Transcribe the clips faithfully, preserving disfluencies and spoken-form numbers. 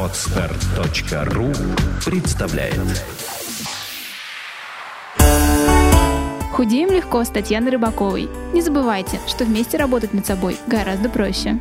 Оскар точка ру представляет. Худеем легко с Татьяной Рыбаковой. Не забывайте, что вместе работать над собой гораздо проще.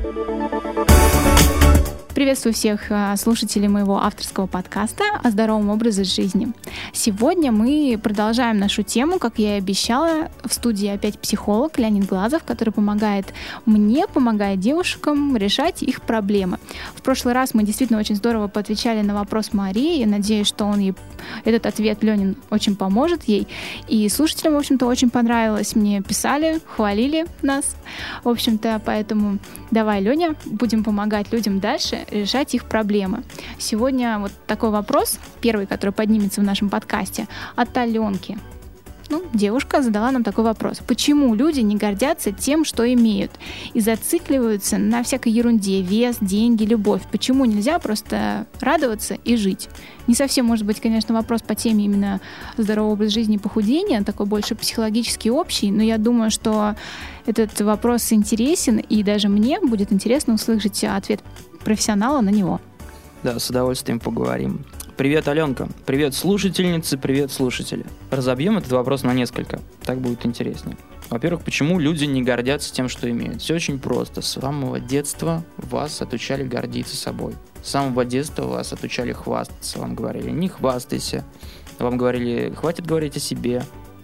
Приветствую всех слушателей моего авторского подкаста о здоровом образе жизни. Сегодня мы продолжаем нашу тему, как я и обещала. В студии опять психолог Леонид Глазов, который помогает мне, помогает девушкам решать их проблемы. В прошлый раз мы действительно очень здорово поотвечали на вопрос Марии. Я надеюсь, что он ей, этот ответ Ленин очень поможет ей. И слушателям, в общем-то, очень понравилось. Мне писали, хвалили нас. В общем-то, поэтому давай, Леня, будем помогать людям дальше решать их проблемы. Сегодня вот такой вопрос, первый, который поднимется в нашем подкасте, от Аленки. Ну, девушка задала нам такой вопрос. Почему люди не гордятся тем, что имеют, и зацикливаются на всякой ерунде, вес, деньги, любовь? Почему нельзя просто радоваться и жить? Не совсем, может быть, конечно, вопрос по теме именно здорового образа жизни и похудения, такой больше психологически общий, но я думаю, что этот вопрос интересен, и даже мне будет интересно услышать ответ профессионала на него. Да, с удовольствием поговорим. Привет, Аленка. Привет, слушательницы, привет, слушатели. Разобьем этот вопрос на несколько. Так будет интереснее. Во-первых, почему люди не гордятся тем, что имеют? Все очень просто. С самого детства вас отучали гордиться собой. С самого детства вас отучали хвастаться. Вам говорили, не хвастайся. Вам говорили, хватит говорить о себе.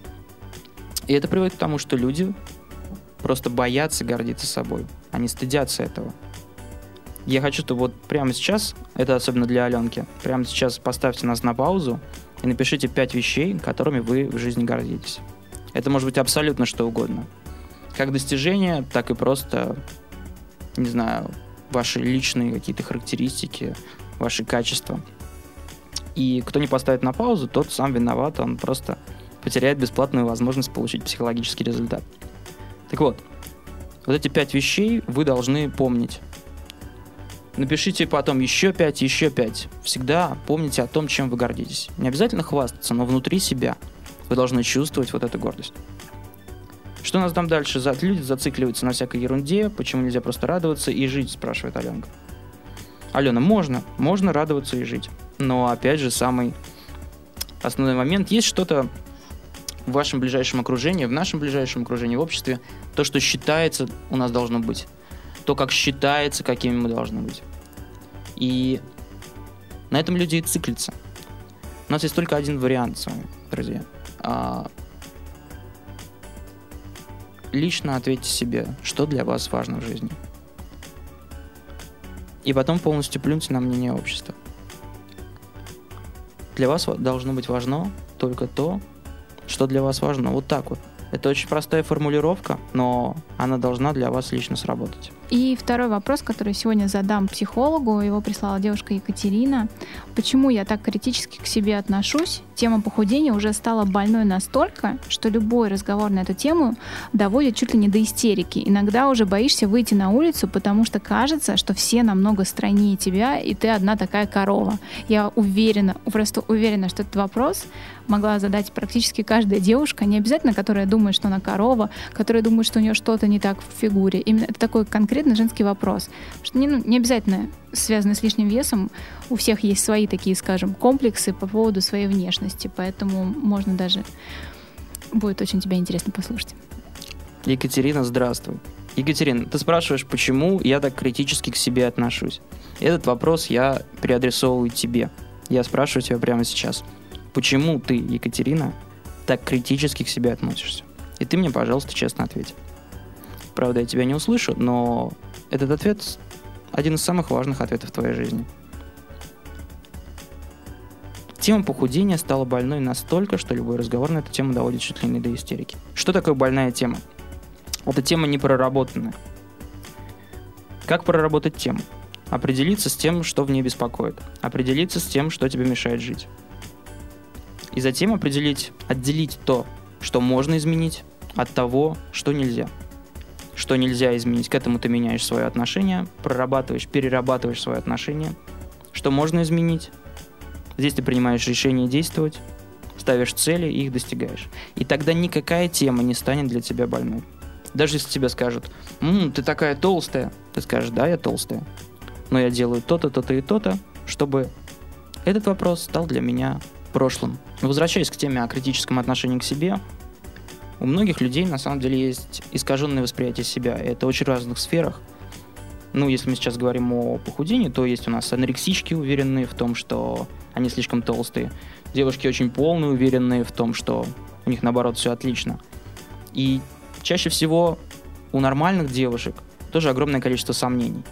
И это приводит к тому, что люди просто боятся гордиться собой. Они стыдятся этого. Я хочу, чтобы вот прямо сейчас, это особенно для Аленки, прямо сейчас поставьте нас на паузу и напишите пять вещей, которыми вы в жизни гордитесь. Это может быть абсолютно что угодно. Как достижения, так и просто, не знаю, ваши личные какие-то характеристики, ваши качества. И кто не поставит на паузу, тот сам виноват, он просто потеряет бесплатную возможность получить психологический результат. Так вот, вот эти пять вещей вы должны помнить. Напишите потом еще пять, еще пять. Всегда помните о том, чем вы гордитесь. Не обязательно хвастаться, но внутри себя вы должны чувствовать вот эту гордость. Что у нас там дальше? Люди зацикливаются на всякой ерунде. Почему нельзя просто радоваться и жить, спрашивает Аленка. Алена, можно. Можно радоваться и жить. Но, опять же, самый основной момент. Есть что-то в вашем ближайшем окружении, в нашем ближайшем окружении, в обществе, то, что считается, у нас должно быть. То, как считается, какими мы должны быть. И на этом люди и циклятся. У нас есть только один вариант с вами, друзья. А... Лично ответьте себе, что для вас важно в жизни. И потом полностью плюньте на мнение общества. Для вас должно быть важно только то, что для вас важно. Вот так вот. Это очень простая формулировка, но она должна для вас лично сработать. И второй вопрос, который сегодня задам психологу, его прислала девушка Екатерина. Почему я так критически к себе отношусь? Тема похудения уже стала больной настолько, что любой разговор на эту тему доводит чуть ли не до истерики. Иногда уже боишься выйти на улицу, потому что кажется, что все намного стройнее тебя, и ты одна такая корова. Я уверена, просто уверена, что этот вопрос могла задать практически каждая девушка, не обязательно, которая думает, что она корова, которая думает, что у нее что-то не так в фигуре. Именно это такой конкретный женский вопрос. Что не, ну, не обязательно связано с лишним весом. У всех есть свои такие, скажем, комплексы по поводу своей внешности. Поэтому можно даже... Будет очень тебя интересно послушать. Екатерина, здравствуй. Екатерина, ты спрашиваешь, почему я так критически к себе отношусь. Этот вопрос я переадресовываю тебе. Я спрашиваю тебя прямо сейчас. Почему ты, Екатерина, так критически к себе относишься? И ты мне, пожалуйста, честно ответь. Правда, я тебя не услышу, но этот ответ один из самых важных ответов в твоей жизни. Тема похудения стала больной настолько, что любой разговор на эту тему доводит чуть ли не до истерики. Что такое больная тема? Это тема непроработанная. Как проработать тему? Определиться с тем, что в ней беспокоит. Определиться с тем, что тебе мешает жить. И затем определить, отделить то, что можно изменить, от того, что нельзя. Что нельзя изменить, к этому ты меняешь свое отношение, прорабатываешь, перерабатываешь свое отношение. Что можно изменить, здесь ты принимаешь решение действовать, ставишь цели и их достигаешь. И тогда никакая тема не станет для тебя больной. Даже если тебе скажут, «М, ты такая толстая», ты скажешь, «Да, я толстая». но я делаю то-то, то-то и то-то, чтобы этот вопрос стал для меня прошлым. Возвращаясь к теме о критическом отношении к себе, у многих людей на самом деле есть искаженное восприятие себя. И это в очень разных сферах. Ну, если мы сейчас говорим о похудении, то есть у нас анорексички, уверенные в том, что они слишком толстые. Девушки очень полные, уверенные в том, что у них, наоборот, все отлично. И чаще всего у нормальных девушек тоже огромное количество сомнений.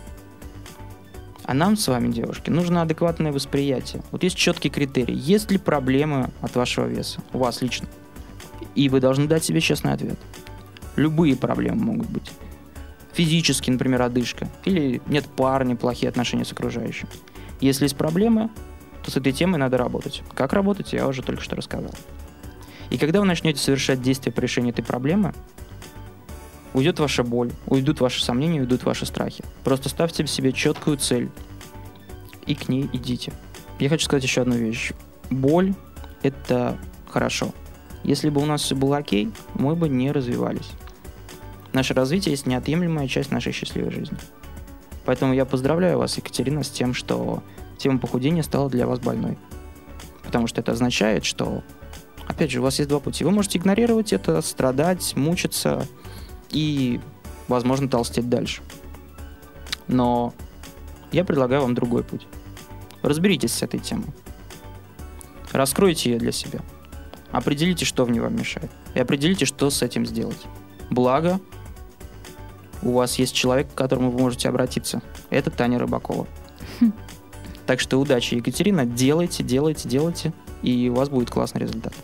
А нам с вами, девушки, нужно адекватное восприятие. Вот есть четкий критерий. Есть ли проблемы от вашего веса? У вас лично. И вы должны дать себе честный ответ. Любые проблемы могут быть. Физически, например, одышка. Или нет парня, плохие отношения с окружающим. Если есть проблемы, то с этой темой надо работать. Как работать, я уже только что рассказал. И когда вы начнете совершать действия по решению этой проблемы, уйдет ваша боль, уйдут ваши сомнения, уйдут ваши страхи. Просто ставьте себе четкую цель и к ней идите. Я хочу сказать еще одну вещь. Боль – это хорошо. Если бы у нас все было окей, мы бы не развивались. Наше развитие есть неотъемлемая часть нашей счастливой жизни. Поэтому я поздравляю вас, Екатерина, с тем, что тема похудения стала для вас больной. Потому что это означает, что, опять же, у вас есть два пути. Вы можете игнорировать это, страдать, мучиться и, возможно, толстеть дальше. Но я предлагаю вам другой путь. Разберитесь с этой темой. Раскройте ее для себя. Определите, что в ней вам мешает. И определите, что с этим сделать. Благо, у вас есть человек, к которому вы можете обратиться. Это Таня Рыбакова. Хм. Так что удачи, Екатерина. Делайте, делайте, делайте. И у вас будет классный результат.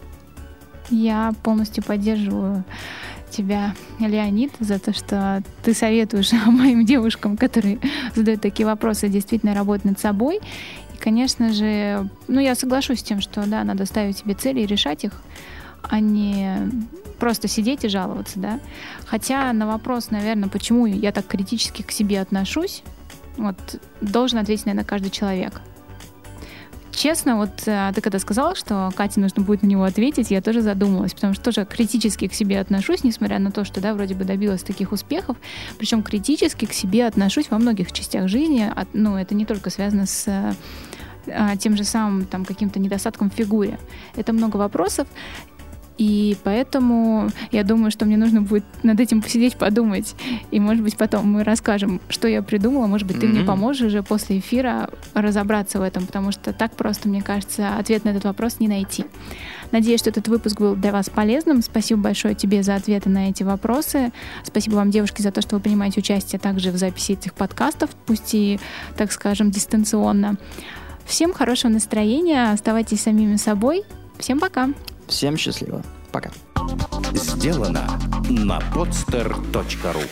Я полностью поддерживаю тебя, Леонид, за то, что ты советуешь моим девушкам, которые задают такие вопросы, действительно работать над собой. И, конечно же, ну, я соглашусь с тем, что, да, надо ставить себе цели и решать их, а не просто сидеть и жаловаться, да. Хотя на вопрос, наверное, почему я так критически к себе отношусь, вот, должен ответить, наверное, каждый человек. Честно, вот ты когда сказала, что Кате нужно будет на него ответить, я тоже задумалась, потому что тоже критически к себе отношусь, несмотря на то, что, да, вроде бы добилась таких успехов, причем критически к себе отношусь во многих частях жизни, ну, это не только связано с тем же самым там каким-то недостатком в фигуре. Это много вопросов, и поэтому я думаю, что мне нужно будет над этим посидеть, подумать. И, может быть, потом мы расскажем, что я придумала. Может быть, mm-hmm. ты мне поможешь уже после эфира разобраться в этом, потому что так просто, мне кажется, ответ на этот вопрос не найти. Надеюсь, что этот выпуск был для вас полезным. Спасибо большое тебе за ответы на эти вопросы. Спасибо вам, девушки, за то, что вы принимаете участие также в записи этих подкастов, пусть и, так скажем, дистанционно. Всем хорошего настроения, оставайтесь самими собой. Всем пока! Всем счастливо. Пока. Сделано на podster точка ру.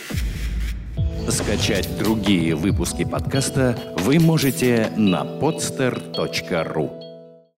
Скачать другие выпуски подкаста вы можете на podster точка ру.